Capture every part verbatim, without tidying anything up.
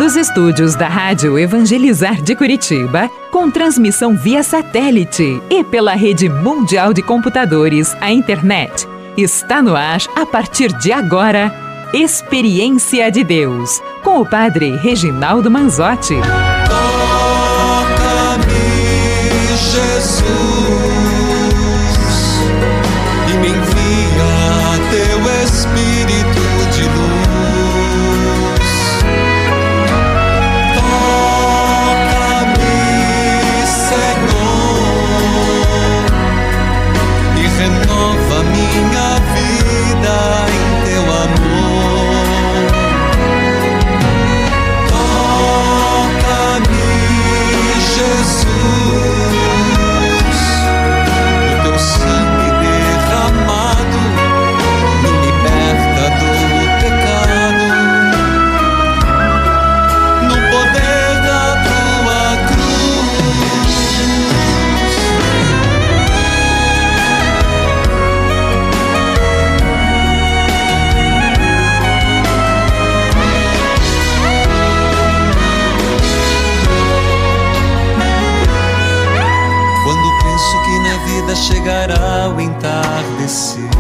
Dos estúdios da Rádio Evangelizar de Curitiba, com transmissão via satélite e pela rede mundial de computadores, a internet, está no ar, a partir de agora, Experiência de Deus, com o Padre Reginaldo Manzotti. Toca-me, Jesus, e me envia teu Espírito de luz. Toca-me, Senhor, e renova minha vida em teu amor. Toca-me, Jesus, o teu sangue derramado me liberta do pecado, no poder da tua cruz. Quando penso que na vida chegará o entardecer,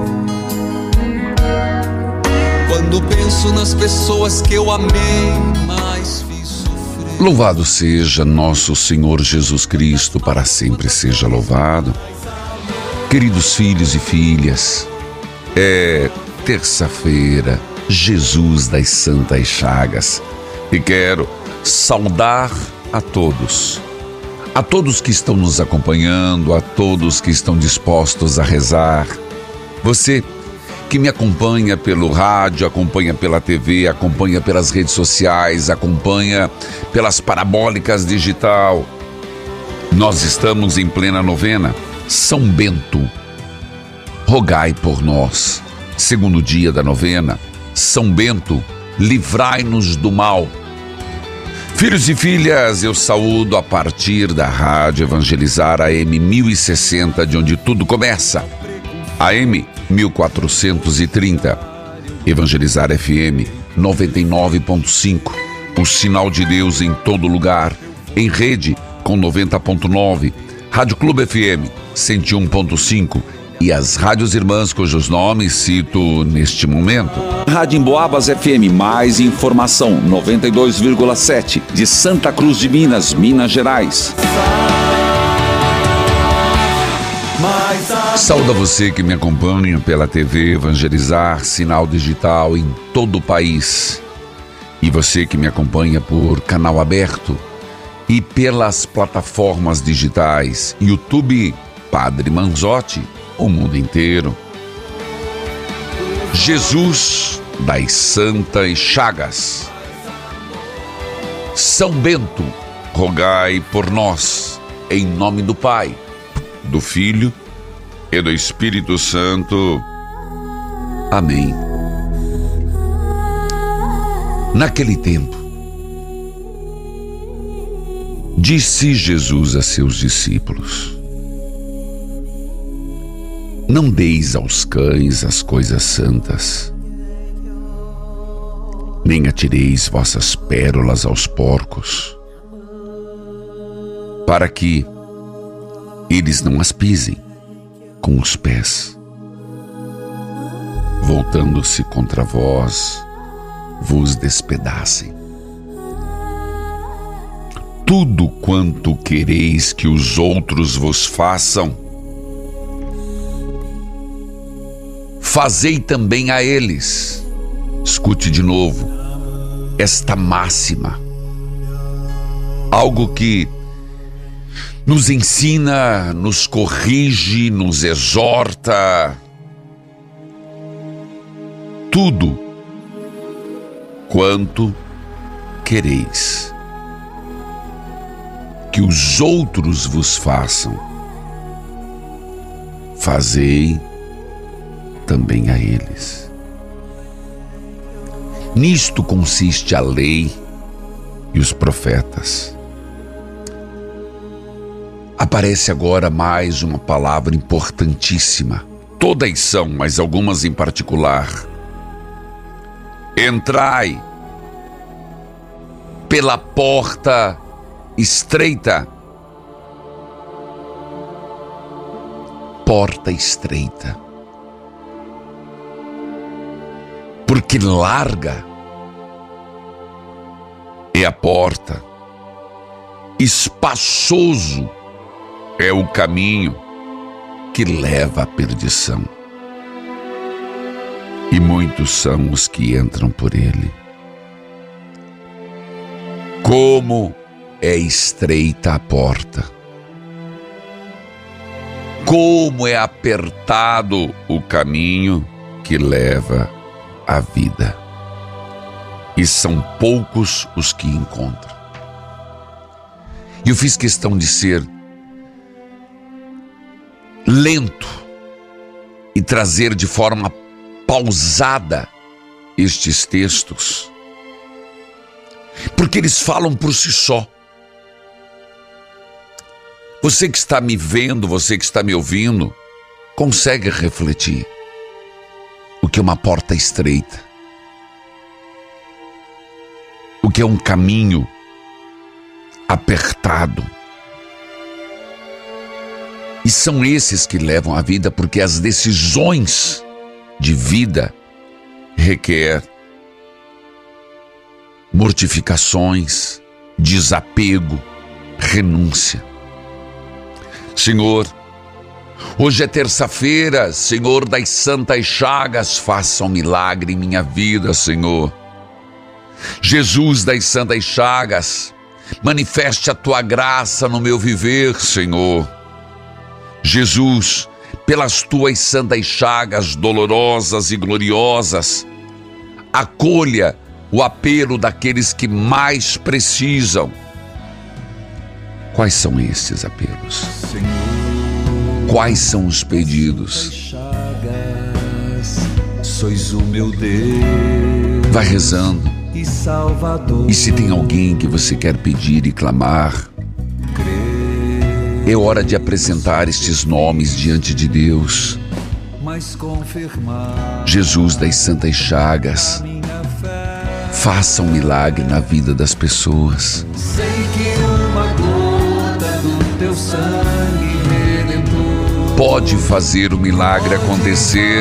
quando penso nas pessoas que eu amei, mas fiz sofrer. Louvado seja nosso Senhor Jesus Cristo, para sempre seja louvado. Queridos filhos e filhas, é terça-feira, Jesus das Santas Chagas, e quero saudar a todos, a todos que estão nos acompanhando, a todos que estão dispostos a rezar. Você que me acompanha pelo rádio, acompanha pela T V, acompanha pelas redes sociais, acompanha pelas parabólicas digital. Nós estamos em plena novena. São Bento, rogai por nós. Segundo dia da novena, São Bento, livrai-nos do mal. Filhos e filhas, eu saúdo a partir da Rádio Evangelizar A M mil e sessenta, de onde tudo começa. A M mil quatrocentos e trinta, Evangelizar F M noventa e nove ponto cinco, o sinal de Deus em todo lugar, em rede com noventa ponto nove, Rádio Clube F M cento e um ponto cinco e as rádios irmãs cujos nomes cito neste momento. Rádio Emboabas F M, mais informação, noventa e dois vírgula sete, de Santa Cruz de Minas, Minas Gerais. Saúde a você que me acompanha pela T V Evangelizar, sinal digital em todo o país. E você que me acompanha por canal aberto e pelas plataformas digitais, YouTube, Padre Manzotti, o mundo inteiro. Jesus das Santas Chagas. São Bento, rogai por nós, em nome do Pai, do Filho e do Espírito Santo. Amém. Naquele tempo, disse Jesus a seus discípulos: não deis aos cães as coisas santas, nem atireis vossas pérolas aos porcos, para que eles não as pisem com os pés, voltando-se contra vós, vos despedacem. Tudo quanto quereis que os outros vos façam, fazei também a eles. Escute de novo esta máxima, algo que nos ensina, nos corrige, nos exorta. Tudo quanto quereis que os outros vos façam, fazei também a eles. Nisto consiste a lei e os profetas. Aparece agora mais uma palavra importantíssima. Todas são, mas algumas em particular. Entrai. pela porta estreita. Porta estreita. Porque larga é a porta, espaçoso é o caminho que leva à perdição. E muitos são os que entram por ele. Como é estreita a porta, como é apertado o caminho que leva à vida. E são poucos os que encontram. E eu fiz questão de ser lento e trazer de forma pausada estes textos, porque eles falam por si só. Você que está me vendo, você que está me ouvindo, consegue refletir o que é uma porta estreita, o que é um caminho apertado. E são esses que levam a vida, porque as decisões de vida requer mortificações, desapego, renúncia. Senhor, hoje é terça-feira, Senhor das Santas Chagas, faça um milagre em minha vida, Senhor. Jesus das Santas Chagas, manifeste a tua graça no meu viver, Senhor. Jesus, pelas tuas santas chagas dolorosas e gloriosas, acolha o apelo daqueles que mais precisam. Quais são esses apelos? Quais são os pedidos? Sois o meu Deus. Vai rezando. E Salvador. E se tem alguém que você quer pedir e clamar, é hora de apresentar estes nomes diante de Deus. Jesus das Santas Chagas, faça um milagre na vida das pessoas. Sei que uma gota do teu sangue redentor pode fazer o milagre acontecer.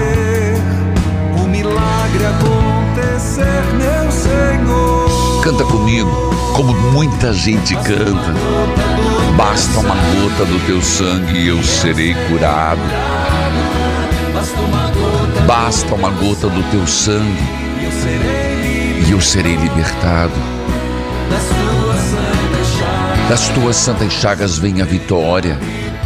O milagre acontecer, meu Senhor. Canta comigo, como muita gente canta. Basta uma gota do teu sangue e eu serei curado. Basta uma gota do teu sangue e eu serei libertado. Das tuas santas chagas vem a vitória.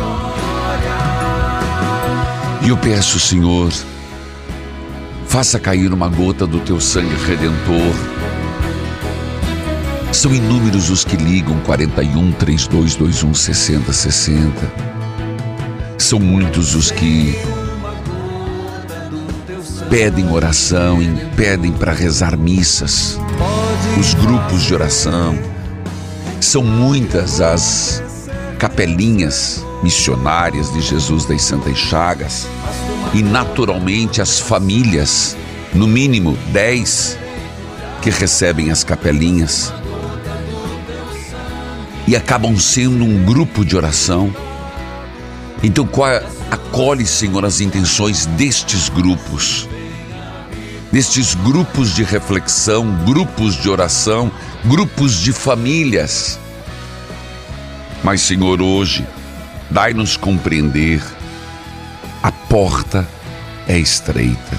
E eu peço, Senhor, faça cair uma gota do teu sangue redentor. São inúmeros os que ligam quarenta e um, trinta e dois, vinte e um, sessenta, sessenta. São muitos os que pedem oração e pedem para rezar missas, os grupos de oração. São muitas as capelinhas missionárias de Jesus das Santas Chagas e naturalmente as famílias, no mínimo dez, que recebem as capelinhas e acabam sendo um grupo de oração. Então, acolhe, Senhor, as intenções destes grupos, destes grupos de reflexão, grupos de oração, grupos de famílias. Mas, Senhor, hoje, dai-nos compreender, a porta é estreita,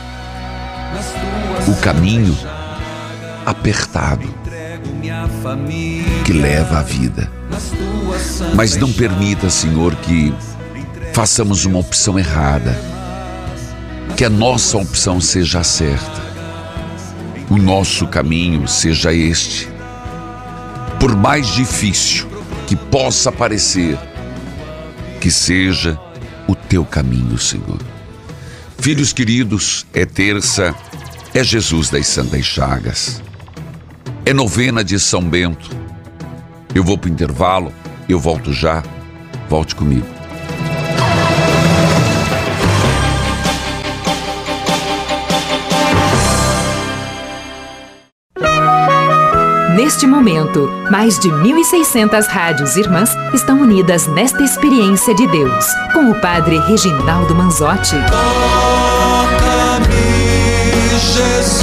o caminho apertado, que leva à vida. Mas não permita, Senhor, que façamos uma opção errada, que a nossa opção seja a certa, o nosso caminho seja este. Por mais difícil que possa parecer, que seja o teu caminho, Senhor. Filhos queridos, é terça, é Jesus das Santas Chagas, é novena de São Bento. Eu vou para o intervalo, eu volto já, volte comigo. Neste momento, mais de mil e seiscentas rádios irmãs estão unidas nesta experiência de Deus, com o Padre Reginaldo Manzotti. Toca-me, Jesus,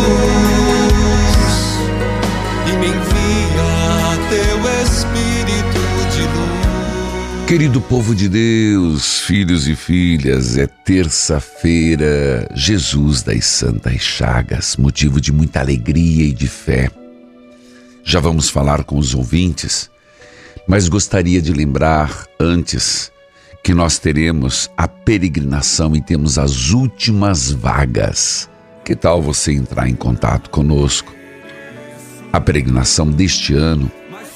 e me envia teu Espírito de luz. Querido povo de Deus, filhos e filhas, é terça-feira, Jesus das Santas Chagas, motivo de muita alegria e de fé. Já vamos falar com os ouvintes, mas gostaria de lembrar antes que nós teremos a peregrinação e temos as últimas vagas. Que tal você entrar em contato conosco? A peregrinação deste ano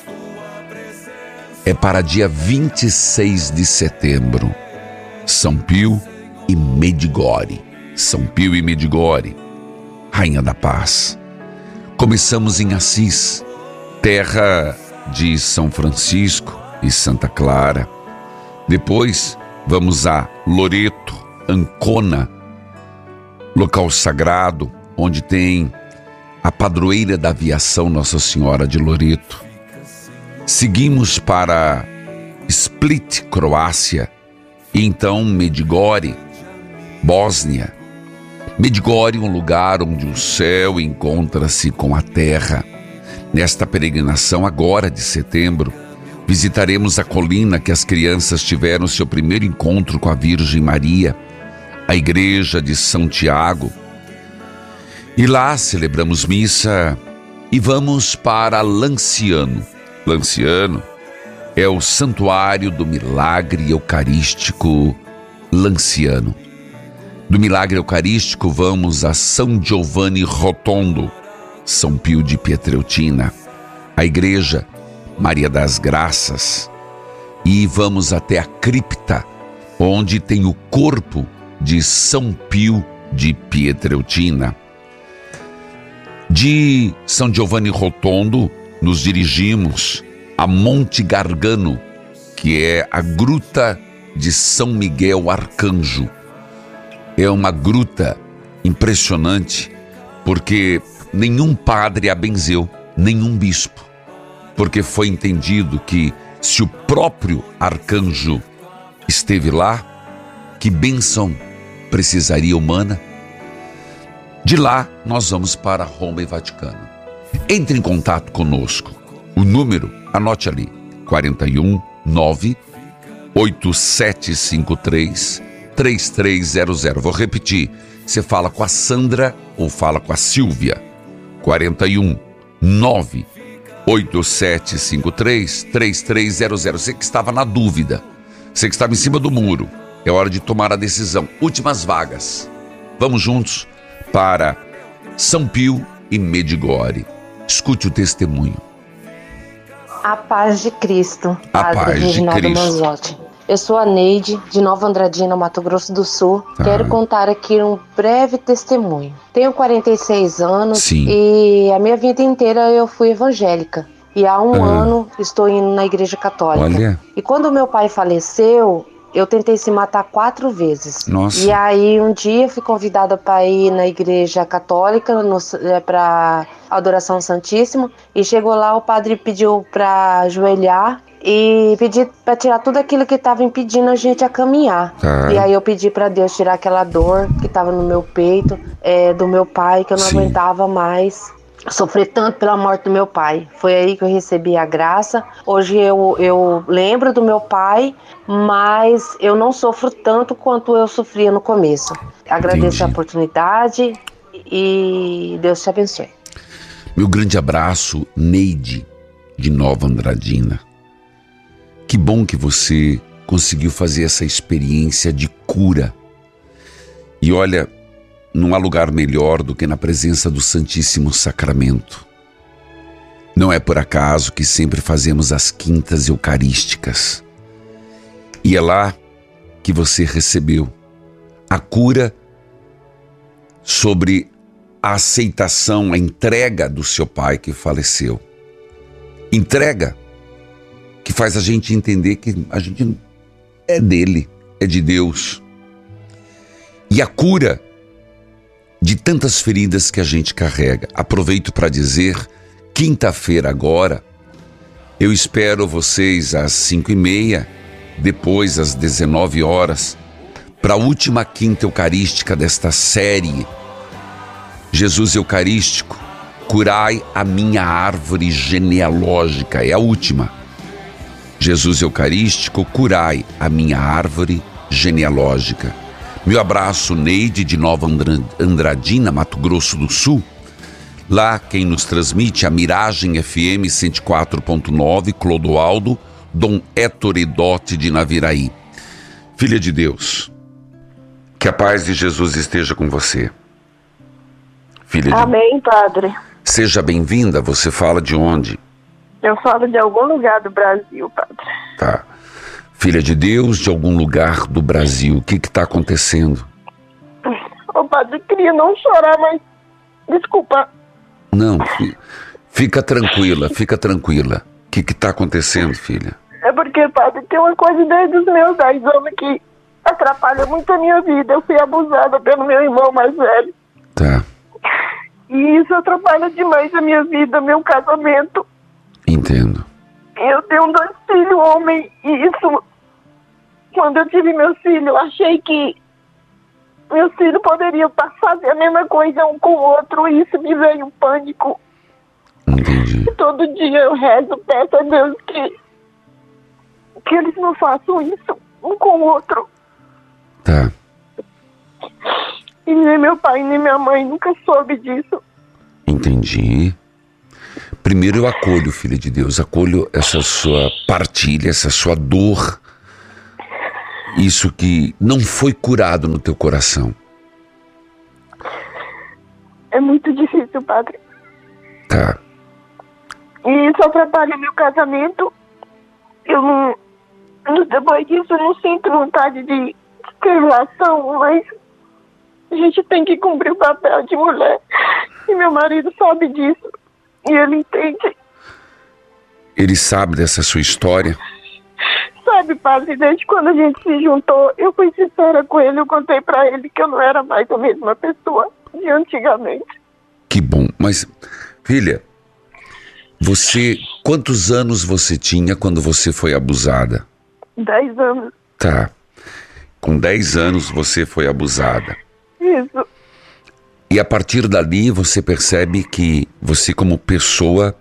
é para dia vinte e seis de setembro, São Pio e Medjugorje. São Pio e Medjugorje, Rainha da Paz. Começamos em Assis, terra de São Francisco e Santa Clara. Depois vamos a Loreto, Ancona, local sagrado, onde tem a padroeira da aviação Nossa Senhora de Loreto. Seguimos para Split, Croácia, e então Medjugorje, Bósnia. Medjugorje é um lugar onde o céu encontra-se com a terra. Nesta peregrinação agora de setembro, visitaremos a colina que as crianças tiveram seu primeiro encontro com a Virgem Maria, a igreja de São Tiago. E lá celebramos missa e vamos para Lanciano. Lanciano é o Santuário do Milagre Eucarístico Lanciano. Do Milagre Eucarístico vamos a São Giovanni Rotondo, São Pio de Pietrelcina, a igreja Maria das Graças, e vamos até a cripta, onde tem o corpo de São Pio de Pietrelcina. De São Giovanni Rotondo, nos dirigimos a Monte Gargano, que é a gruta de São Miguel Arcanjo. É uma gruta impressionante, porque nenhum padre a benzeu, nenhum bispo, porque foi entendido que se o próprio arcanjo esteve lá, que bênção precisaria humana? De lá, nós vamos para Roma e Vaticano. Entre em contato conosco. O número, anote ali, quatro um nove, oito sete cinco três, três três zero zero. Vou repetir, você fala com a Sandra ou fala com a Silvia. quatro um nove, oito sete cinco três, três três zero zero. Você que estava na dúvida, você que estava em cima do muro, é hora de tomar a decisão. Últimas vagas. Vamos juntos para São Pio e Medjugorje. Escute o testemunho. A paz de Cristo, A Padre paz de Reginaldo Cristo. Manzotti. Eu sou a Neide, de Nova Andradina, Mato Grosso do Sul. Tá. Quero contar aqui um breve testemunho. Tenho quarenta e seis anos. Sim. E a minha vida inteira eu fui evangélica. E há um Ah. ano estou indo na igreja católica. Olha. E quando meu pai faleceu, eu tentei se matar quatro vezes. Nossa. E aí um dia fui convidada para ir na igreja católica para adoração santíssima. E chegou lá, o padre pediu para ajoelhar e pedir para tirar tudo aquilo que estava impedindo a gente a caminhar. Tá. E aí eu pedi para Deus tirar aquela dor que estava no meu peito, é, do meu pai, que eu não Sim. aguentava mais sofrer tanto pela morte do meu pai. Foi aí que eu recebi a graça. Hoje eu, eu lembro do meu pai, mas eu não sofro tanto quanto eu sofria no começo. Agradeço Entendi. a oportunidade e Deus te abençoe. Meu grande abraço, Neide, de Nova Andradina. Que bom que você conseguiu fazer essa experiência de cura. E olha, não há lugar melhor do que na presença do Santíssimo Sacramento. Não é por acaso que sempre fazemos as quintas eucarísticas. E é lá que você recebeu a cura sobre a aceitação, a entrega do seu pai que faleceu. Entrega que faz a gente entender que a gente é dele, é de Deus. E a cura de tantas feridas que a gente carrega. Aproveito para dizer quinta-feira agora, eu espero vocês às cinco e meia, depois às dezenove horas, para a última quinta eucarística desta série. Jesus Eucarístico, curai a minha árvore genealógica. É a última. Jesus Eucarístico, curai a minha árvore genealógica. Meu abraço, Neide, de Nova Andradina, Mato Grosso do Sul. Lá quem nos transmite a Miragem F M cento e quatro ponto nove, Clodoaldo, Dom Héctor Edote de Naviraí. Filha de Deus, que a paz de Jesus esteja com você. Filha de... Amém, Padre. Seja bem-vinda. Você fala de onde? Eu falo de algum lugar do Brasil, Padre. Tá. Filha de Deus, de algum lugar do Brasil. O que que tá acontecendo? Ô, Padre, queria não chorar, mas... Desculpa. Não, fi... fica tranquila, fica tranquila. O que que tá acontecendo, filha? É porque, Padre, tem uma coisa desde os meus dez anos que atrapalha muito a minha vida. Eu fui abusada pelo meu irmão mais velho. Tá. E isso atrapalha demais a minha vida, meu casamento. Entendo. Eu tenho dois filhos, homem, e isso... Quando eu tive meus filhos, eu achei que meus filhos poderiam fazer a mesma coisa um com o outro, e isso me veio um pânico. Entendi. E todo dia eu rezo, peço a Deus que, que eles não façam isso um com o outro. Tá. E nem meu pai, nem minha mãe nunca soube disso. Entendi. Primeiro eu acolho, filha de Deus, acolho essa sua partilha, essa sua dor, isso que não foi curado no teu coração. É muito difícil, Padre. Tá. E isso atrapalha meu casamento. Eu não... Depois disso eu não sinto vontade de ter relação, mas a gente tem que cumprir o papel de mulher. E meu marido sabe disso. E ele entende. Ele sabe dessa sua história? Sabe, Padre, desde quando a gente se juntou, eu fui sincera com ele, eu contei pra ele que eu não era mais a mesma pessoa de antigamente. Que bom, mas, filha, você, quantos anos você tinha quando você foi abusada? Dez anos. Tá, com dez anos você foi abusada. Isso. E a partir dali você percebe que você como pessoa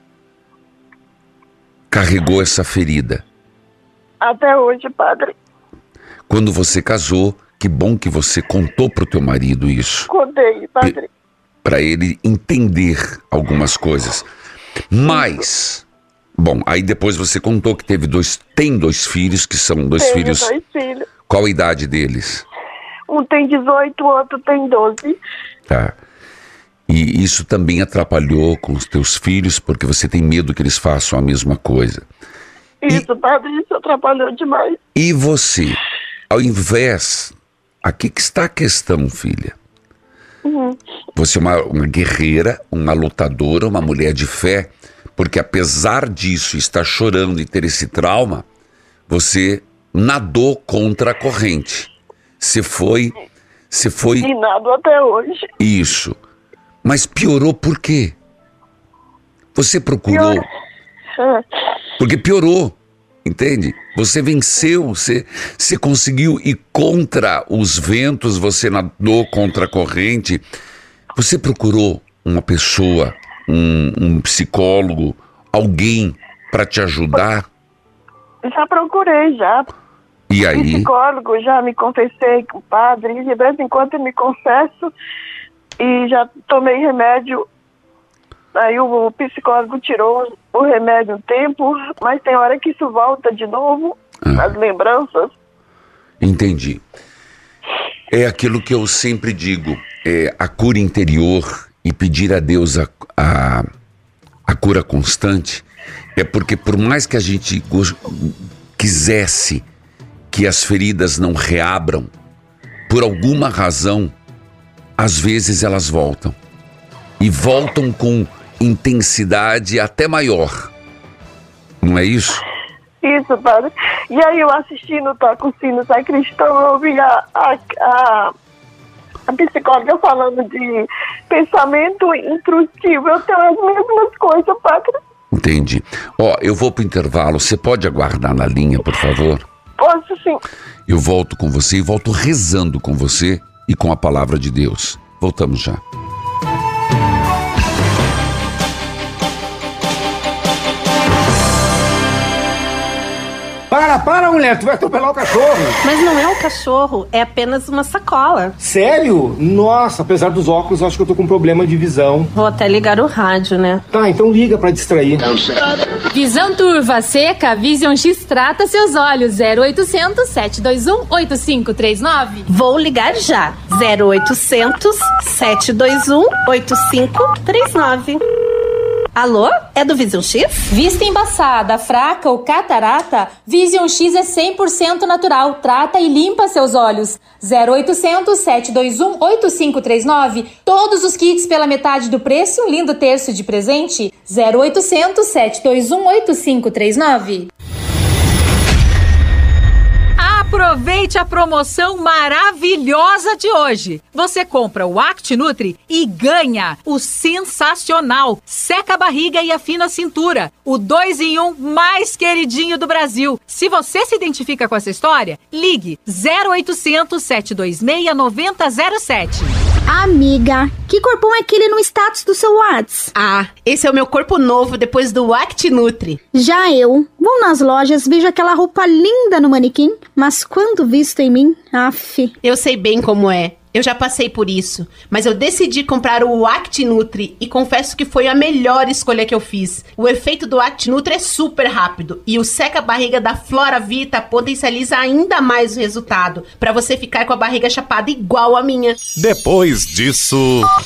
carregou essa ferida. Até hoje, Padre. Quando você casou, que bom que você contou pro teu marido isso. Contei, Padre. Para ele entender algumas coisas. Mas, bom, aí depois você contou que teve dois, tem dois filhos, que são dois Tenho filhos. dois filhos. Qual a idade deles? Um tem dezoito, o outro tem doze. Tá. E isso também atrapalhou com os teus filhos, porque você tem medo que eles façam a mesma coisa. Isso, e... Padre, isso atrapalhou demais. E você, ao invés... Aqui que está a questão, filha. Uhum. Você é uma, uma guerreira, uma lutadora, uma mulher de fé, porque apesar disso, estar chorando e ter esse trauma, você nadou contra a corrente. Você foi... Você foi... E nado até hoje. Isso. Mas piorou por quê? Você procurou... Pior... É. Porque piorou, entende? Você venceu, você, você conseguiu ir contra os ventos, você nadou contra a corrente. Você procurou uma pessoa, um, um psicólogo, alguém para te ajudar? Já procurei, já. E aí? Psicólogo, já me confessei com o padre, de vez em quando eu me confesso e já tomei remédio. Aí o psicólogo tirou o remédio um tempo, mas tem hora que isso volta de novo, ah. as lembranças. Entendi. É aquilo que eu sempre digo, é a cura interior e pedir a Deus a, a, a cura constante, é porque por mais que a gente quisesse que as feridas não reabram, por alguma razão, às vezes elas voltam. E voltam com intensidade até maior. Não é isso? Isso, Padre. E aí eu assisti no Toca o Sino Sacristão, eu ouvi a, a, a, a psicóloga falando de pensamento intrusivo. Eu tenho as mesmas coisas, padre. Entendi. Ó, eu vou pro intervalo. Você pode aguardar na linha, por favor? Posso sim. Eu volto com você e volto rezando com você e com a palavra de Deus. Voltamos já. Para, para, mulher, tu vai atropelar o cachorro. Mas não é um cachorro, é apenas uma sacola. Sério? Nossa, apesar dos óculos, acho que eu tô com problema de visão. Vou até ligar o rádio, né? Tá, então liga pra distrair. Visão turva, seca, Vision X trata seus olhos. zero oitocentos, sete dois um, oito cinco três nove. Vou ligar já. zero oitocentos, sete dois um, oito cinco três nove. Alô? É do Vision X? Vista embaçada, fraca ou catarata, Vision X é cem por cento natural. Trata e limpa seus olhos. zero oitocentos, sete dois um, oito cinco três nove. Todos os kits pela metade do preço e um lindo terço de presente. zero oitocentos, sete dois um, oito cinco três nove. Aproveite a promoção maravilhosa de hoje. Você compra o ActiNutri e ganha o sensacional Seca a Barriga e Afina a Cintura, o dois em um mais queridinho do Brasil. Se você se identifica com essa história, ligue zero oitocentos, sete dois seis, nove zero zero sete. Amiga, que corpão é aquele no status do seu Whats? Ah, esse é o meu corpo novo depois do ActiNutri. Já eu, vou nas lojas, vejo aquela roupa linda no manequim, mas quando visto em mim, af. Eu sei bem como é. Eu já passei por isso, mas eu decidi comprar o ActiNutri e confesso que foi a melhor escolha que eu fiz. O efeito do ActiNutri é super rápido e o seca-barriga da Flora Vita potencializa ainda mais o resultado, para você ficar com a barriga chapada igual a minha. Depois disso...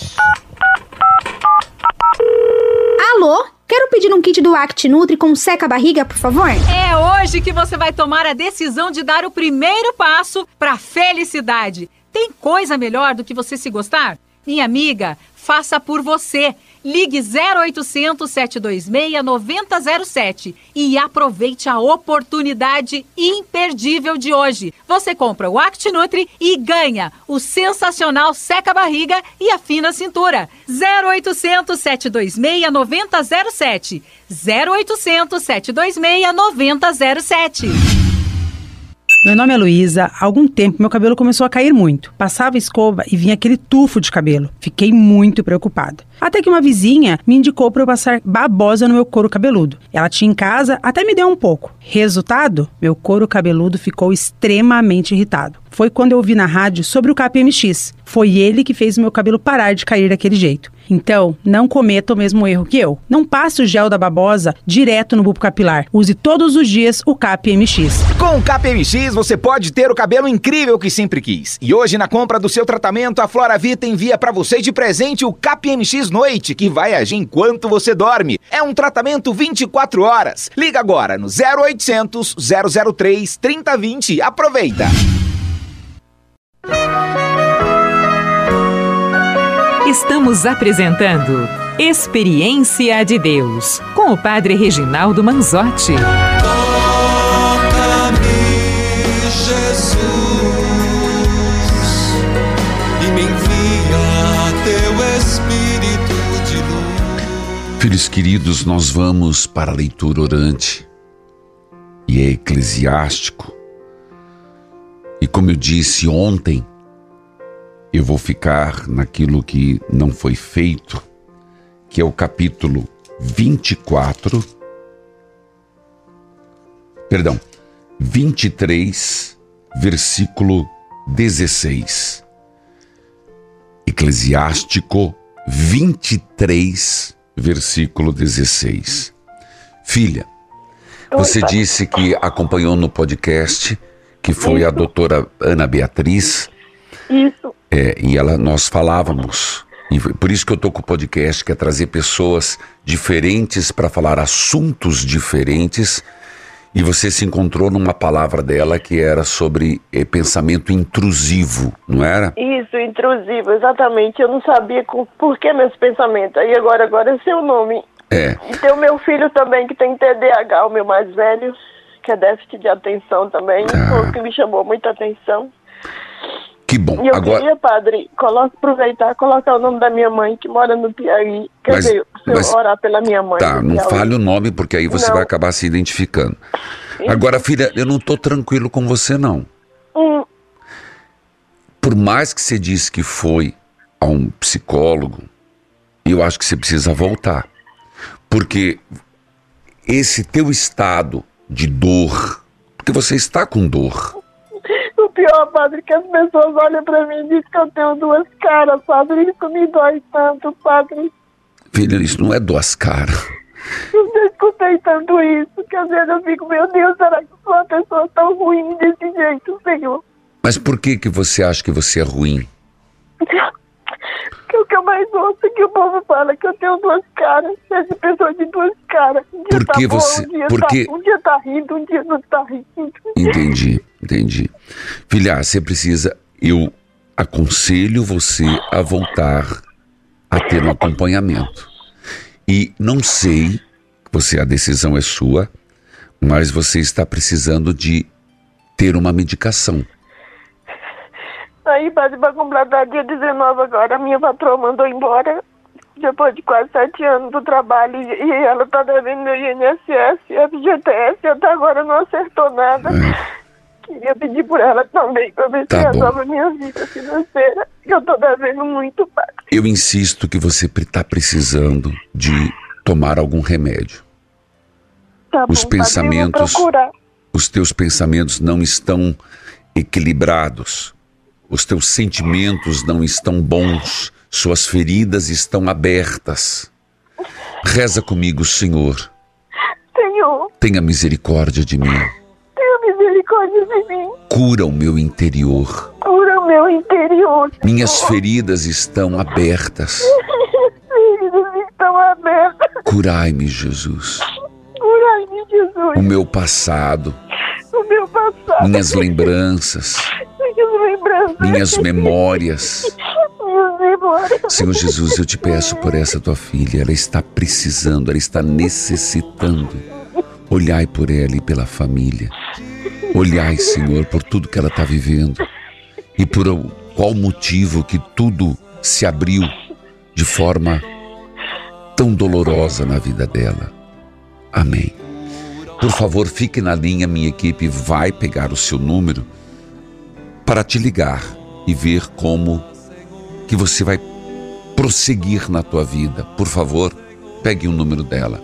Alô? Quero pedir um kit do ActiNutri com seca-barriga, por favor? É hoje que você vai tomar a decisão de dar o primeiro passo para a felicidade. Tem coisa melhor do que você se gostar? Minha amiga, faça por você. Ligue zero oitocentos, sete dois seis, nove zero zero sete e aproveite a oportunidade imperdível de hoje. Você compra o ActiNutri e ganha o sensacional Seca a Barriga e Afina a Cintura. zero oitocentos, sete dois seis, nove zero zero sete. zero oitocentos, sete dois seis, nove zero zero sete. Meu nome é Luísa. Há algum tempo meu cabelo começou a cair muito. Passava escova e vinha aquele tufo de cabelo. Fiquei muito preocupada. Até que uma vizinha me indicou para eu passar babosa no meu couro cabeludo. Ela tinha em casa, até me deu um pouco. Resultado? Meu couro cabeludo ficou extremamente irritado. Foi quando eu ouvi na rádio sobre o K P M X. Foi ele que fez o meu cabelo parar de cair daquele jeito. Então, não cometa o mesmo erro que eu. Não passe o gel da babosa direto no bulbo capilar. Use todos os dias o K P M X. Com o K P M X, você pode ter o cabelo incrível que sempre quis. E hoje, na compra do seu tratamento, a Flora Vita envia para você de presente o K P M X Noite, que vai agir enquanto você dorme. É um tratamento vinte e quatro horas. Liga agora no zero oitocentos, zero zero três, trinta vinte. Aproveita! Estamos apresentando Experiência de Deus, com o Padre Reginaldo Manzotti. Toca-me, Jesus, e me envia teu Espírito de luz. Filhos queridos, nós vamos para a leitura orante e é eclesiástico. E como eu disse ontem, eu vou ficar naquilo que não foi feito, que é o capítulo vinte e quatro, perdão, vinte e três, versículo dezesseis. Eclesiástico vinte e três, versículo dezesseis. Filha, você disse que acompanhou no podcast, que foi a doutora Ana Beatriz. Isso. É, e ela, nós falávamos, e por isso que eu tô com o podcast, que é trazer pessoas diferentes para falar assuntos diferentes, e você se encontrou numa palavra dela que era sobre é, pensamento intrusivo, não era? Isso, intrusivo, exatamente. Eu não sabia com, por que meus pensamentos. Aí agora, agora é seu nome. É. E tem o meu filho também, que tem T D A H, o meu mais velho, que é déficit de atenção também, ah. Foi o que me chamou muita atenção. Que bom. E eu Agora... queria, padre, coloca, aproveitar e colocar o nome da minha mãe, que mora no Piauí. Quer Mas- dizer, se eu mas- orar pela minha mãe. Tá, no não Piauí. fale o nome, porque aí você Não. vai acabar se identificando. Agora, filha, eu não tô tranquilo com você, não. Hum, Por mais que você disse que foi a um psicólogo, eu acho que você precisa voltar. Porque esse teu estado de dor, porque você está com dor, o pior, padre, é que as pessoas olham pra mim e dizem que eu tenho duas caras, padre. Isso me dói tanto, padre. filha, isso não é duas caras. Eu já escutei tanto isso, que às vezes eu fico, meu Deus, será que eu sou uma pessoa tão ruim desse jeito, Senhor? Mas por que que você acha que você é ruim? Que o que eu mais ouço é que o povo fala que eu tenho duas caras, essa pessoa de duas caras. Um dia Por tá que boa, você- um dia, por tá, que- um dia tá rindo, um dia não tá rindo. Entendi, entendi. Filha, você precisa, eu aconselho você a voltar a ter um acompanhamento. E não sei, você, a decisão é sua, mas você está precisando de ter uma medicação. Aí, padre, pra completar dia dezenove agora, a minha patroa mandou embora, depois de quase sete anos do trabalho, e e ela tá devendo meu I N S S, F G T S, até agora não acertou nada. Queria pedir por ela também, pra ver se Tá bom. resolve a minha vida financeira, que eu tô devendo muito, padre. Eu insisto que você está precisando de tomar algum remédio. Tá Os bom, padre, pensamentos, eu vou procurar. os teus pensamentos não estão equilibrados. Os teus sentimentos não estão bons. Suas feridas estão abertas. Reza comigo, Senhor. Senhor, Tenha misericórdia de mim. tenha misericórdia de mim. Cura o meu interior. Cura o meu interior. Minhas Senhor. feridas estão abertas. Feridas estão abertas. Curai-me, Jesus. Curai-me, Jesus. O meu passado, O meu passado. minhas lembranças, Minhas lembranças. minhas memórias. Minhas memórias. Senhor Jesus, eu te peço por essa tua filha. Ela está precisando, ela está necessitando. Olhai por ela e pela família. Olhai, Senhor, por tudo que ela está vivendo. E por qual motivo que tudo se abriu de forma tão dolorosa na vida dela. Amém. Por favor, fique na linha, minha equipe vai pegar o seu número para te ligar e ver como que você vai prosseguir na tua vida. Por favor, pegue o número dela.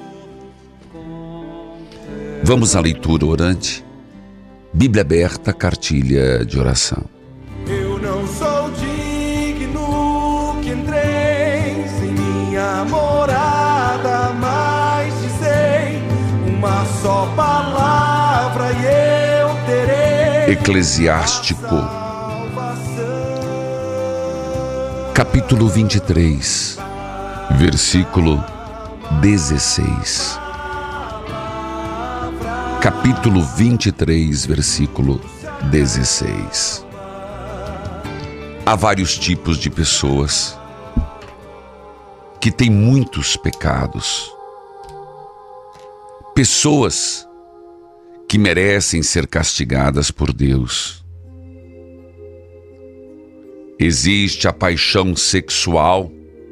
Vamos à leitura orante. Bíblia aberta, cartilha de oração. Eu não sou digno que entreis em minha morada, mas dizei uma só palavra e eu terei. Eclesiástico, capítulo vinte e três, versículo dezesseis. Capítulo vinte e três, versículo dezesseis. Há vários tipos de pessoas que têm muitos pecados. Pessoas que merecem ser castigadas por Deus. Existe a paixão sexual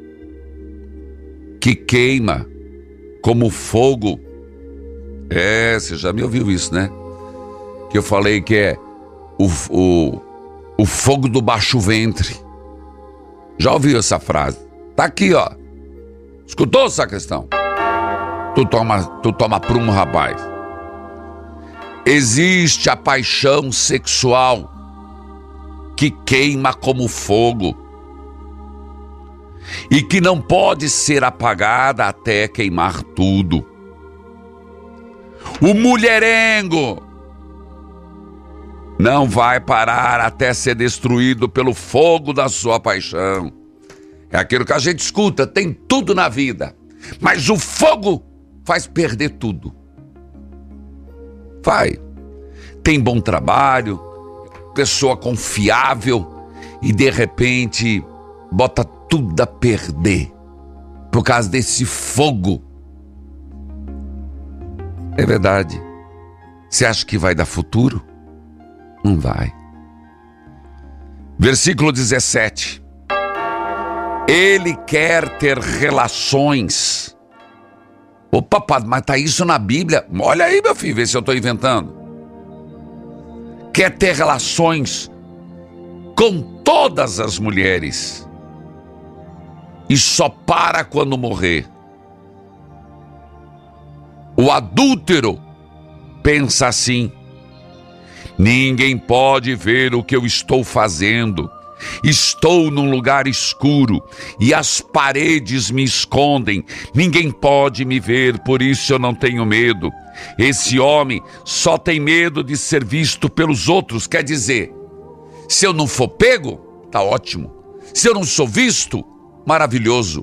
que queima como fogo. É, você já me ouviu isso, né? Que eu falei que é o, o, o fogo do baixo ventre. Já ouviu essa frase? Tá aqui, ó. Escutou, sacristão? Tu toma, tu toma prumo, rapaz. Existe a paixão sexual que queima como fogo e que não pode ser apagada até queimar tudo. O mulherengo não vai parar até ser destruído pelo fogo da sua paixão. É aquilo que a gente escuta, tem tudo na vida, mas o fogo faz perder tudo. Vai. Tem bom trabalho, pessoa confiável e de repente bota tudo a perder por causa desse fogo. É verdade. Você acha que vai dar futuro? Não vai. Versículo dezessete. Ele quer ter relações. Opa, padre, mas tá isso na Bíblia? Olha aí, meu filho, vê se eu tô inventando. Quer ter relações com todas as mulheres. E só para quando morrer. O adúltero pensa assim: ninguém pode ver o que eu estou fazendo. Estou num lugar escuro e as paredes me escondem. Ninguém pode me ver, por isso eu não tenho medo. Esse homem só tem medo de ser visto pelos outros. Quer dizer, se eu não for pego, tá ótimo. Se eu não sou visto, maravilhoso.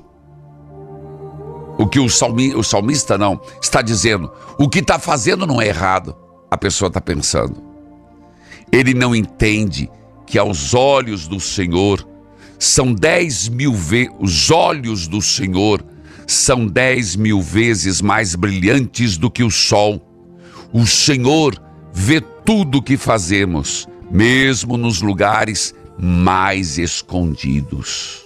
O que o, salmi, o salmista não está dizendo, o que está fazendo não é errado. A pessoa está pensando. Ele não entende que aos olhos do Senhor são dez mil vezes, os olhos do Senhor são dez mil vezes mais brilhantes do que o sol. O Senhor vê tudo o que fazemos, mesmo nos lugares mais escondidos.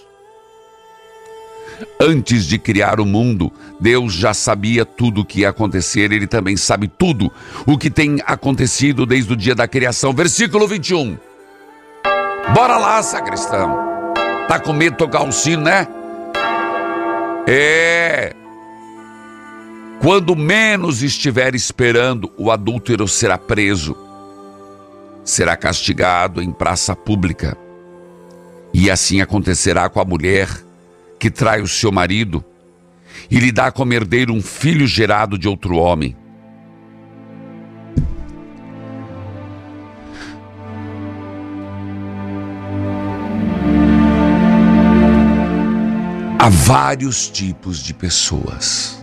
Antes de criar o mundo, Deus já sabia tudo o que ia acontecer. Ele também sabe tudo o que tem acontecido desde o dia da criação. Versículo vinte e um. Bora lá, sacristão. Tá com medo de tocar um sino, né? É. Quando menos estiver esperando, o adúltero será preso. Será castigado em praça pública. E assim acontecerá com a mulher que trai o seu marido e lhe dá como herdeiro um filho gerado de outro homem. Há vários tipos de pessoas.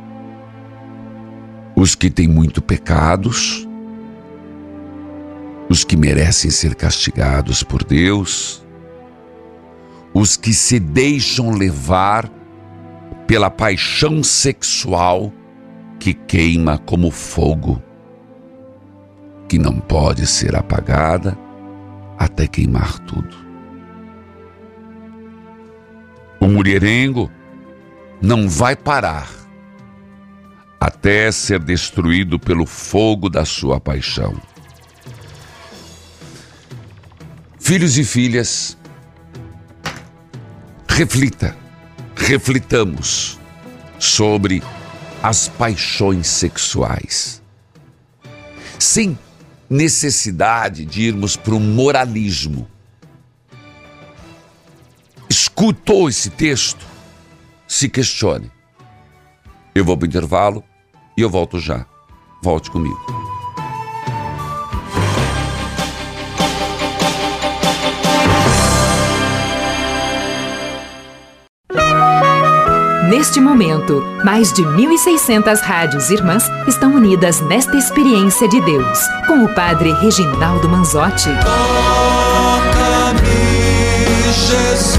Os que têm muito pecados, os que merecem ser castigados por Deus, os que se deixam levar pela paixão sexual que queima como fogo, que não pode ser apagada até queimar tudo. O mulherengo não vai parar até ser destruído pelo fogo da sua paixão. Filhos e filhas, reflita, reflitamos sobre as paixões sexuais, sem necessidade de irmos para o moralismo. Escutou esse texto? Se questione. Eu vou para o intervalo e eu volto já. Volte comigo. Neste momento, mais de mil e seiscentas rádios irmãs estão unidas nesta experiência de Deus, com o Padre Reginaldo Manzotti. Toca-me, Jesus,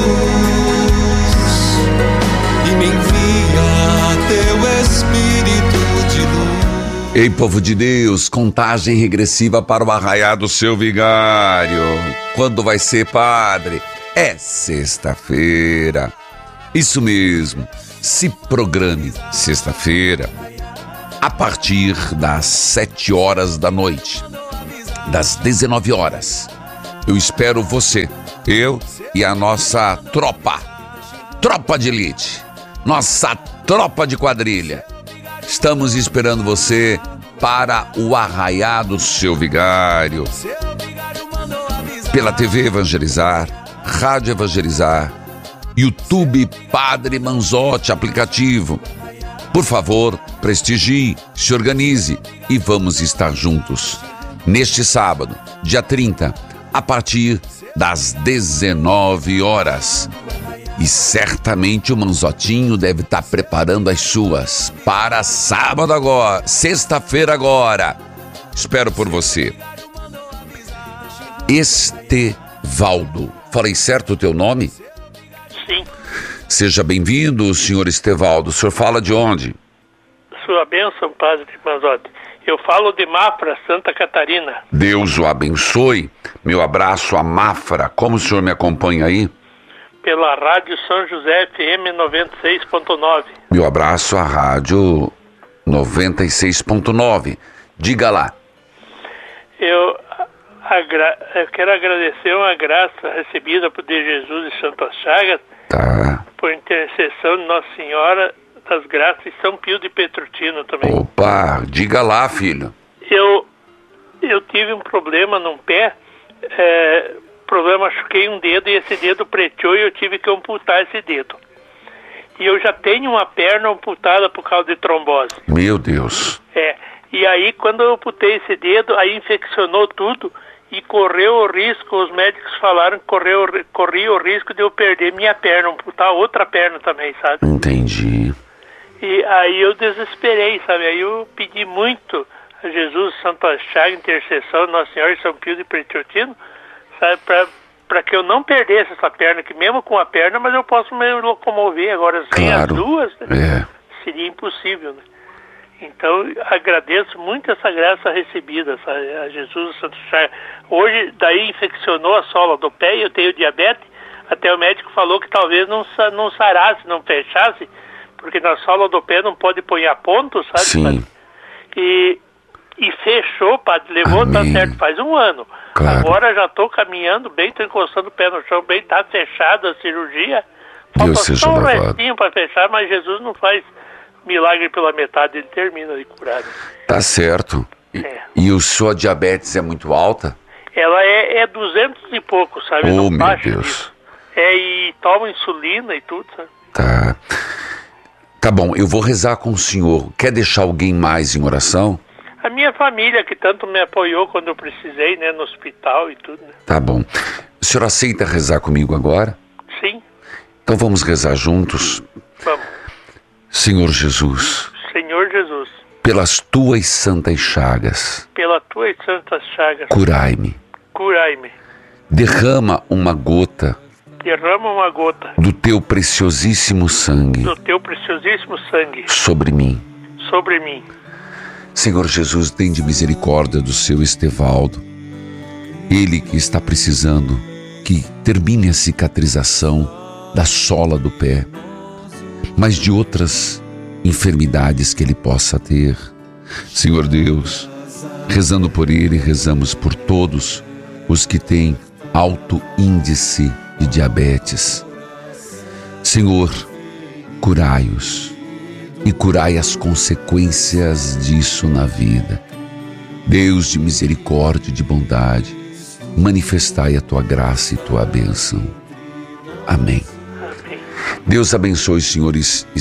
e me envia teu Espírito de luz. Ei, povo de Deus, contagem regressiva para o arraiar do seu vigário. Quando vai ser, padre? É sexta-feira. Isso mesmo, se programe sexta-feira, a partir das sete horas da noite, das dezenove horas. Eu espero você, eu e a nossa tropa, tropa de elite, nossa tropa de quadrilha. Estamos esperando você para o arraiar do seu vigário, pela T V Evangelizar, Rádio Evangelizar, YouTube Padre Manzotti, aplicativo. Por favor, prestigie, se organize e vamos estar juntos. Neste sábado, dia trinta, a partir das dezenove horas. E certamente o Manzotinho deve estar preparando as suas para sábado agora, sexta-feira agora. Espero por você. Estevaldo. Falei certo o teu nome? Sim. Seja bem-vindo, senhor Estevaldo. O senhor fala de onde? Sua bênção, Padre Manzotti. Eu falo de Mafra, Santa Catarina. Deus o abençoe. Meu abraço a Mafra. Como o senhor me acompanha aí? Pela Rádio São José F M noventa e seis ponto nove. Meu abraço à Rádio noventa e seis ponto nove. Diga lá. Eu, agra- eu quero agradecer uma graça recebida por Deus Jesus e Santas Chagas, tá. por intercessão de Nossa Senhora das Graças e São Pio de Petrutino também. Opa, diga lá, filho. Eu, eu tive um problema num pé, é, problema, machuquei um dedo e esse dedo preteou e eu tive que amputar esse dedo. E eu já tenho uma perna amputada por causa de trombose. Meu Deus. É, e aí quando eu amputei esse dedo, aí infeccionou tudo e correu o risco, os médicos falaram que correu, corria o risco de eu perder minha perna, amputar outra perna também, sabe? Entendi. E aí eu desesperei, sabe? Aí eu pedi muito a Jesus, Santa Chaga, intercessão, Nossa Senhora e São Pio de Petrutino, sabe? Pra, pra que eu não perdesse essa perna, que mesmo com a perna, mas eu posso me locomover agora sem claro. as duas, né? É. Seria impossível, né? Então, agradeço muito essa graça recebida, sabe? A Jesus, Santa Chaga. Hoje, daí infeccionou a sola do pé e eu tenho diabetes, até o médico falou que talvez não, não sarasse, não fechasse, porque na sola do pé não pode pôr a ponto, sabe? Sim. E, e fechou, padre, levou, Amém. Tá certo, faz um ano. Claro. Agora já estou caminhando bem, estou encostando o pé no chão bem, tá fechada a cirurgia. Falta Deus seja só um louvado. restinho para fechar, mas Jesus não faz milagre pela metade, ele termina de curar. Né? Tá certo. E, É. e o sua diabetes é muito alta? Ela é, é duzentos e pouco, sabe? Oh, Não meu baixa Deus. disso. É, e toma insulina e tudo, sabe? Tá. Tá bom, eu vou rezar com o senhor. Quer deixar alguém mais em oração? A minha família, que tanto me apoiou quando eu precisei, né, no hospital e tudo, né? Tá bom. O senhor aceita rezar comigo agora? Sim, Então vamos rezar juntos. vamos. Senhor Jesus, Senhor Jesus, pelas tuas santas chagas, pela tua e santas chagas, curai-me. curai-me. Derrama uma gota Derrama uma gota do teu preciosíssimo sangue do teu preciosíssimo sangue sobre mim. sobre mim. Senhor Jesus, tem de misericórdia do seu Estevaldo. Ele que está precisando que termine a cicatrização da sola do pé, mas de outras enfermidades que ele possa ter. Senhor Deus, rezando por ele, rezamos por todos os que têm alto índice de diabetes. Senhor, curai-os e curai as consequências disso na vida. Deus de misericórdia e de bondade, manifestai a tua graça e tua bênção. Amém. Deus abençoe o senhor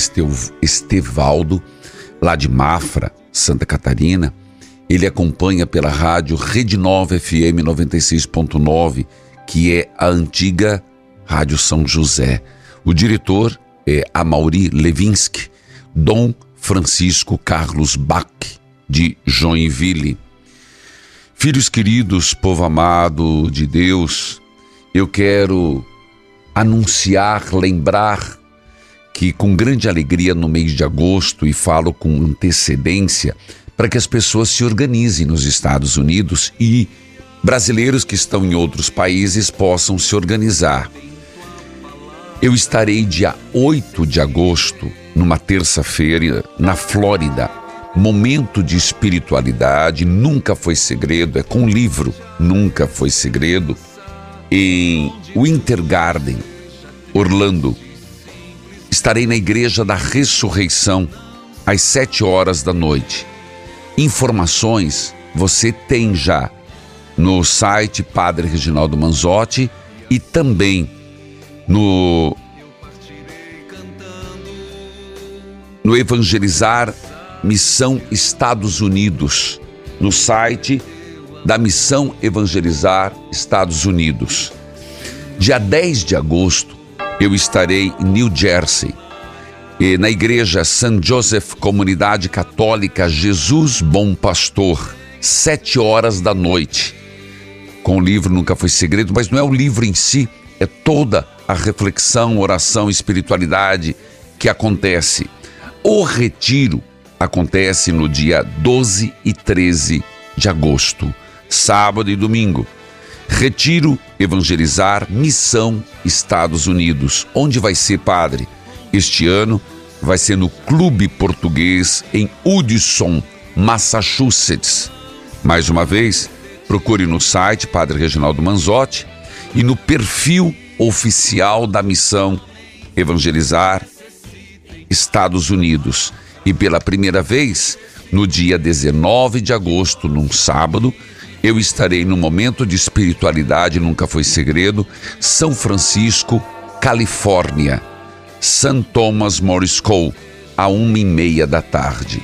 Estevaldo, lá de Mafra, Santa Catarina. Ele acompanha pela rádio Rede Nova F M noventa e seis ponto nove, que é a antiga Rádio São José. O diretor é Amaury Levinsky, Dom Francisco Carlos Bach, de Joinville. Filhos queridos, povo amado de Deus, eu quero anunciar, lembrar que com grande alegria no mês de agosto, e falo com antecedência, para que as pessoas se organizem nos Estados Unidos e brasileiros que estão em outros países possam se organizar. Eu estarei dia oito de agosto, numa terça-feira, na Flórida. Momento de espiritualidade, nunca foi segredo, é com livro, nunca foi segredo, em Winter Garden, Orlando. Estarei na Igreja da Ressurreição, às sete horas da noite. Informações você tem já no site Padre Reginaldo Manzotti e também no, no Evangelizar Missão Estados Unidos, no site da Missão Evangelizar Estados Unidos. Dia dez de agosto, eu estarei em New Jersey, e na igreja Saint Joseph Comunidade Católica Jesus Bom Pastor, sete horas da noite, com o livro Nunca Foi Segredo, mas não é o livro em si, é toda a reflexão, oração, espiritualidade que acontece. O retiro acontece no dia doze e treze de agosto, sábado e domingo. Retiro, Evangelizar, Missão, Estados Unidos. Onde vai ser, padre? Este ano vai ser no Clube Português em Hudson, Massachusetts. Mais uma vez, procure no site Padre Reginaldo Manzotti e no perfil oficial da Missão Evangelizar, Estados Unidos. E pela primeira vez, no dia dezenove de agosto, num sábado, eu estarei no Momento de Espiritualidade Nunca Foi Segredo, São Francisco, Califórnia, Saint Thomas More School, a uma e meia da tarde.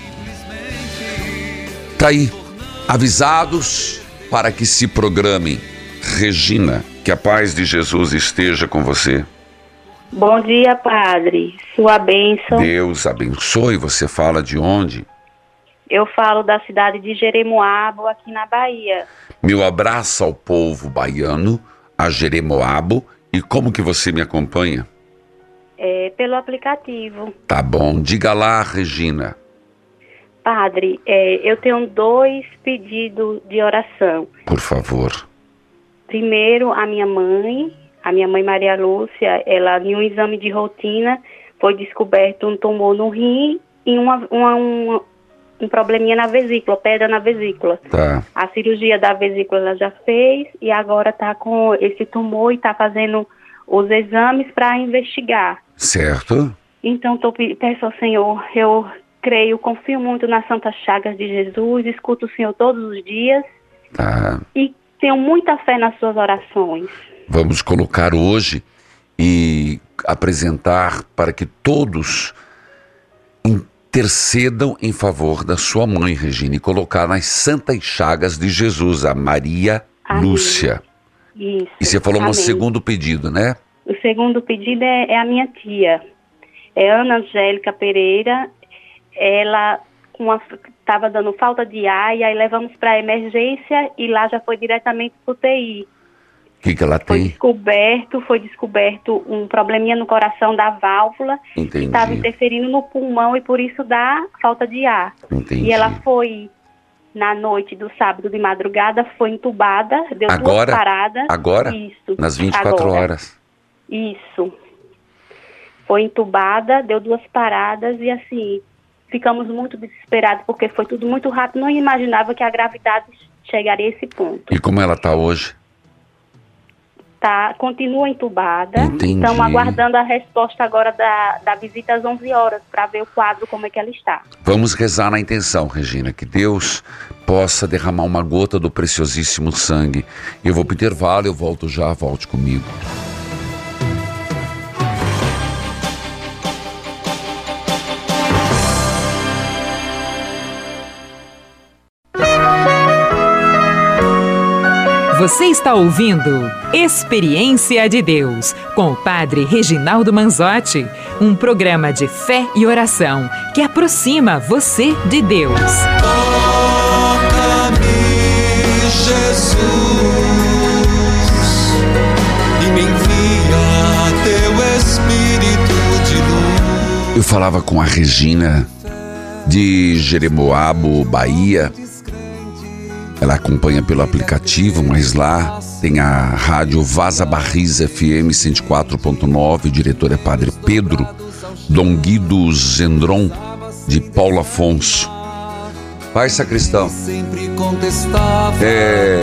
Tá aí, avisados para que se programem. Regina, que a paz de Jesus esteja com você. Bom dia, padre. Sua bênção. Deus abençoe. Você fala de onde? Eu falo da cidade de Jeremoabo, aqui na Bahia. Meu abraço ao povo baiano, a Jeremoabo. E como que você me acompanha? É, pelo aplicativo. Tá bom. Diga lá, Regina. Padre, é, eu tenho dois pedidos de oração. Por favor. Primeiro, a minha mãe, a minha mãe Maria Lúcia, ela, em um exame de rotina, foi descoberto um tumor no rim e uma, uma, uma, um probleminha na vesícula, pedra na vesícula. Tá. A cirurgia da vesícula ela já fez e agora está com esse tumor e está fazendo os exames para investigar. Certo. Então, tô, peço ao Senhor, eu creio, confio muito nas Santas Chagas de Jesus, escuto o Senhor todos os dias. Tá. E tenho muita fé nas suas orações. Vamos colocar hoje e apresentar para que todos intercedam em favor da sua mãe, Regina, e colocar nas Santas Chagas de Jesus, a Maria Amém. Lúcia. Isso. E você falou Amém. Um segundo pedido, né? O segundo pedido é, é a minha tia, é Ana Angélica Pereira. Ela estava dando falta de ar e aí levamos para a emergência e lá já foi diretamente para o U T I. O que, que ela Foi tem? descoberto, foi descoberto um probleminha no coração da válvula. Entendi. Estava interferindo no pulmão e por isso dá falta de ar. Entendi. E ela foi, na noite do sábado de madrugada, foi entubada, deu Agora? duas paradas. Agora? Isso. Nas vinte e quatro Agora. horas. Isso. Foi entubada, deu duas paradas e assim, ficamos muito desesperados porque foi tudo muito rápido. Não imaginava que a gravidade chegaria a esse ponto. E como ela está hoje? Tá, continua entubada. Entendi. Estamos aguardando a resposta agora da, da visita às onze horas para ver o quadro, como é que ela está. Vamos rezar na intenção, Regina, que Deus possa derramar uma gota do preciosíssimo sangue. Eu vou pro intervalo, eu volto já, volte comigo. Você está ouvindo Experiência de Deus, com o Padre Reginaldo Manzotti, um programa de fé e oração que aproxima você de Deus. Toca-me, Jesus, e me envia teu Espírito de luz. Eu falava com a Regina de Jeremoabo, Bahia. Ela acompanha pelo aplicativo, mas lá tem a rádio Vaza Barris F M cento e quatro ponto nove, o diretor é Padre Pedro Dom Guido Zendron, de Paulo Afonso. Pai sacristão, é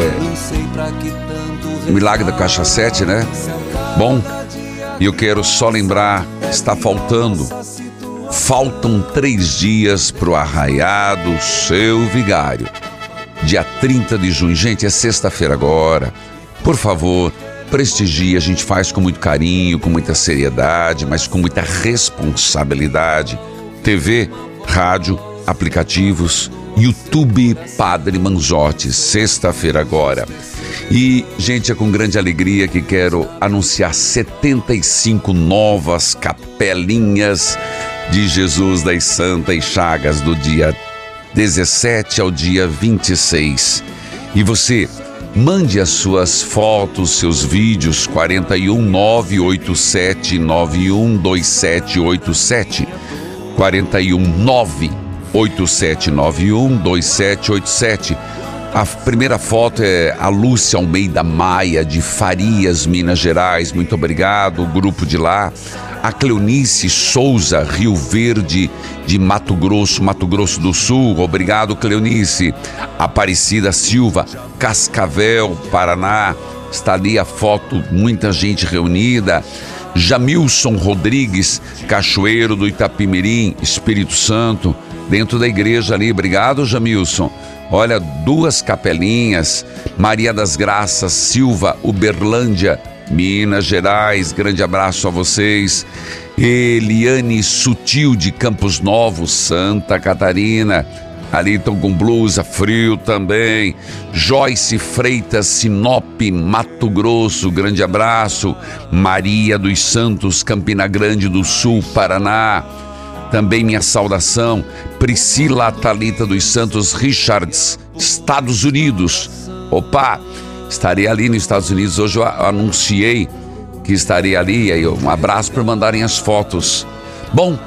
o milagre da caixa sete, né? Bom, e eu quero só lembrar, está faltando, faltam três dias para o arraiado seu vigário. Dia trinta de junho, gente, é sexta-feira agora. Por favor, prestigie, a gente faz com muito carinho, com muita seriedade, mas com muita responsabilidade. T V, rádio, aplicativos, YouTube Padre Manzotti, sexta-feira agora. E, gente, é com grande alegria que quero anunciar setenta e cinco novas capelinhas de Jesus das Santas Chagas do dia dezessete ao dia vinte e seis. E você, mande as suas fotos, seus vídeos, quatro um nove oito sete nove um dois sete oito sete, quatro um nove oito sete nove um dois sete oito sete, A primeira foto é a Lúcia Almeida Maia, de Farias, Minas Gerais. Muito obrigado, o grupo de lá. A Cleonice Souza, Rio Verde, de Mato Grosso, Mato Grosso do Sul. Obrigado, Cleonice. Aparecida Silva, Cascavel, Paraná. Está ali a foto, muita gente reunida. Jamilson Rodrigues, Cachoeiro do Itapimirim, Espírito Santo, dentro da igreja ali. Obrigado, Jamilson. Olha, duas capelinhas. Maria das Graças Silva, Uberlândia, Minas Gerais. Grande abraço a vocês. Eliane Sutil, de Campos Novos, Santa Catarina. Ali estão com blusa, frio também. Joyce Freitas, Sinop, Mato Grosso. Grande abraço. Maria dos Santos, Campina Grande do Sul, Paraná. Também minha saudação. Priscila Thalita dos Santos Richards, Estados Unidos. Opa, estarei ali nos Estados Unidos. Hoje eu anunciei que estarei ali. Aí um abraço por mandarem as fotos. Bom,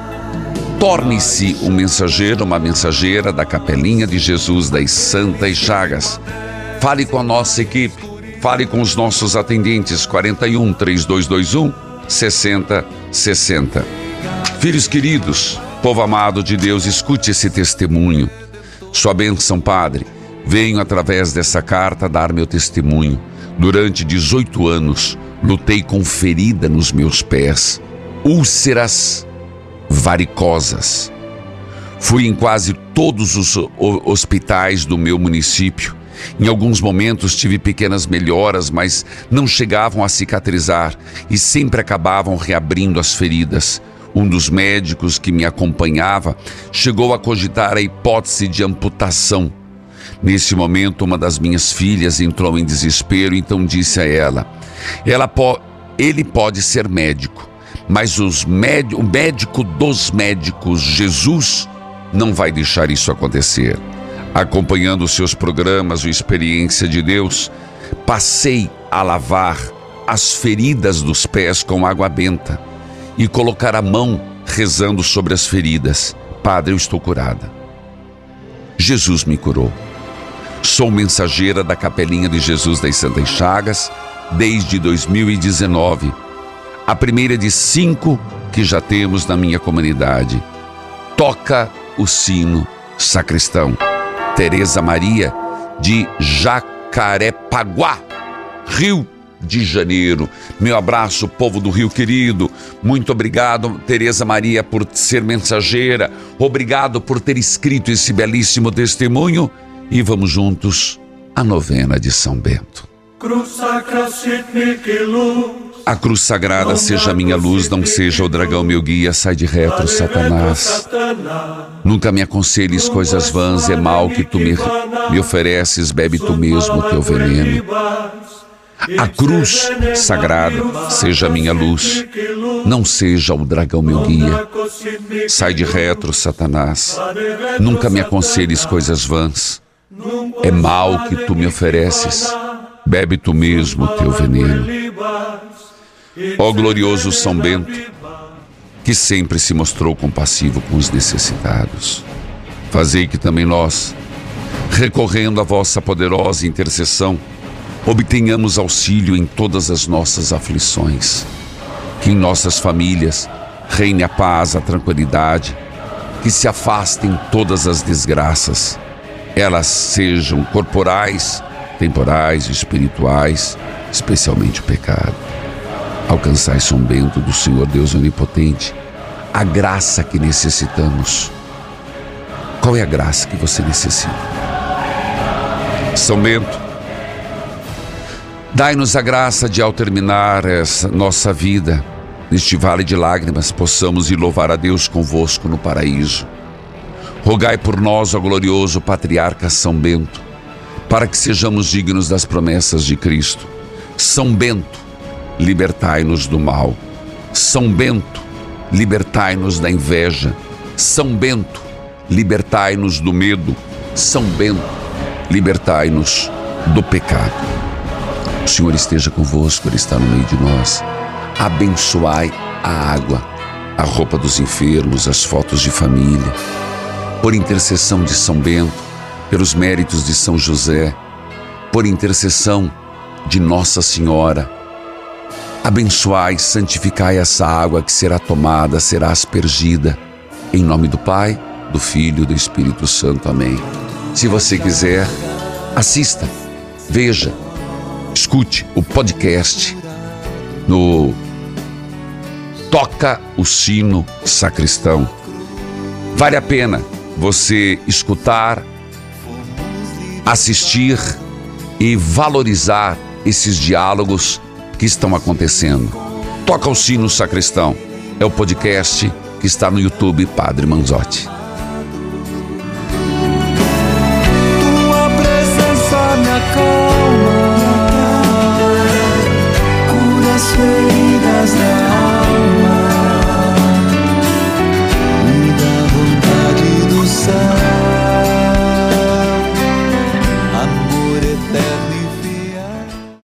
torne-se um mensageiro, uma mensageira da Capelinha de Jesus das Santas Chagas. Fale com a nossa equipe. Fale com os nossos atendentes. quarenta e um, três dois dois um, sessenta sessenta. Filhos queridos, povo amado de Deus, escute esse testemunho. Sua bênção, Padre. Venho através dessa carta dar meu testemunho. Durante dezoito anos, lutei com ferida nos meus pés, úlceras varicosas. Fui em quase todos os hospitais do meu município. Em alguns momentos tive pequenas melhoras, mas não chegavam a cicatrizar e sempre acabavam reabrindo as feridas. Um dos médicos que me acompanhava chegou a cogitar a hipótese de amputação. Nesse momento, uma das minhas filhas entrou em desespero, então disse a ela, ela po- ele pode ser médico, mas os méd- o médico dos médicos, Jesus, não vai deixar isso acontecer. Acompanhando seus programas, o Experiência de Deus, passei a lavar as feridas dos pés com água benta e colocar a mão rezando sobre as feridas. Padre, eu estou curada. Jesus me curou. Sou mensageira da Capelinha de Jesus das Santas Chagas desde dois mil e dezenove. A primeira de cinco que já temos na minha comunidade. Toca o sino, sacristão. Tereza Maria, de Jacarepaguá, Rio de Janeiro. Meu abraço, povo do Rio querido. Muito obrigado, Tereza Maria, por ser mensageira. Obrigado por ter escrito esse belíssimo testemunho. E vamos juntos à novena de São Bento. A cruz sagrada seja a minha luz, não seja o dragão meu guia. Sai de retro, Satanás. Nunca me aconselhes coisas vãs, é mal que tu me, me ofereces, bebe tu mesmo o teu veneno. A cruz sagrada seja a minha luz, não seja o dragão meu guia. Sai de retro, Satanás. Nunca me aconselhes coisas vãs, é mal que tu me ofereces, bebe tu mesmo o teu veneno. Ó glorioso São Bento, que sempre se mostrou compassivo com os necessitados, fazei que também nós, recorrendo à vossa poderosa intercessão, obtenhamos auxílio em todas as nossas aflições. Que em nossas famílias reine a paz, a tranquilidade, que se afastem todas as desgraças, elas sejam corporais, temporais, espirituais, especialmente o pecado. Alcançai, São Bento, do Senhor Deus Onipotente, a graça que necessitamos. Qual é a graça que você necessita? São Bento, dai-nos a graça de, ao terminar essa nossa vida, neste vale de lágrimas, possamos ir louvar a Deus convosco no paraíso. Rogai por nós, ó glorioso patriarca São Bento, para que sejamos dignos das promessas de Cristo. São Bento, libertai-nos do mal. São Bento, libertai-nos da inveja. São Bento, libertai-nos do medo. São Bento, libertai-nos do pecado. O Senhor esteja convosco, Ele está no meio de nós. Abençoai a água, a roupa dos enfermos, as fotos de família. Por intercessão de São Bento, pelos méritos de São José, por intercessão de Nossa Senhora, abençoai, santificai essa água que será tomada, será aspergida, em nome do Pai, do Filho e do Espírito Santo. Amém. Se você quiser, assista, veja, escute o podcast no Toca o Sino Sacristão. Vale a pena você escutar, assistir e valorizar esses diálogos que estão acontecendo. Toca o Sino Sacristão é o podcast que está no YouTube Padre Manzotti.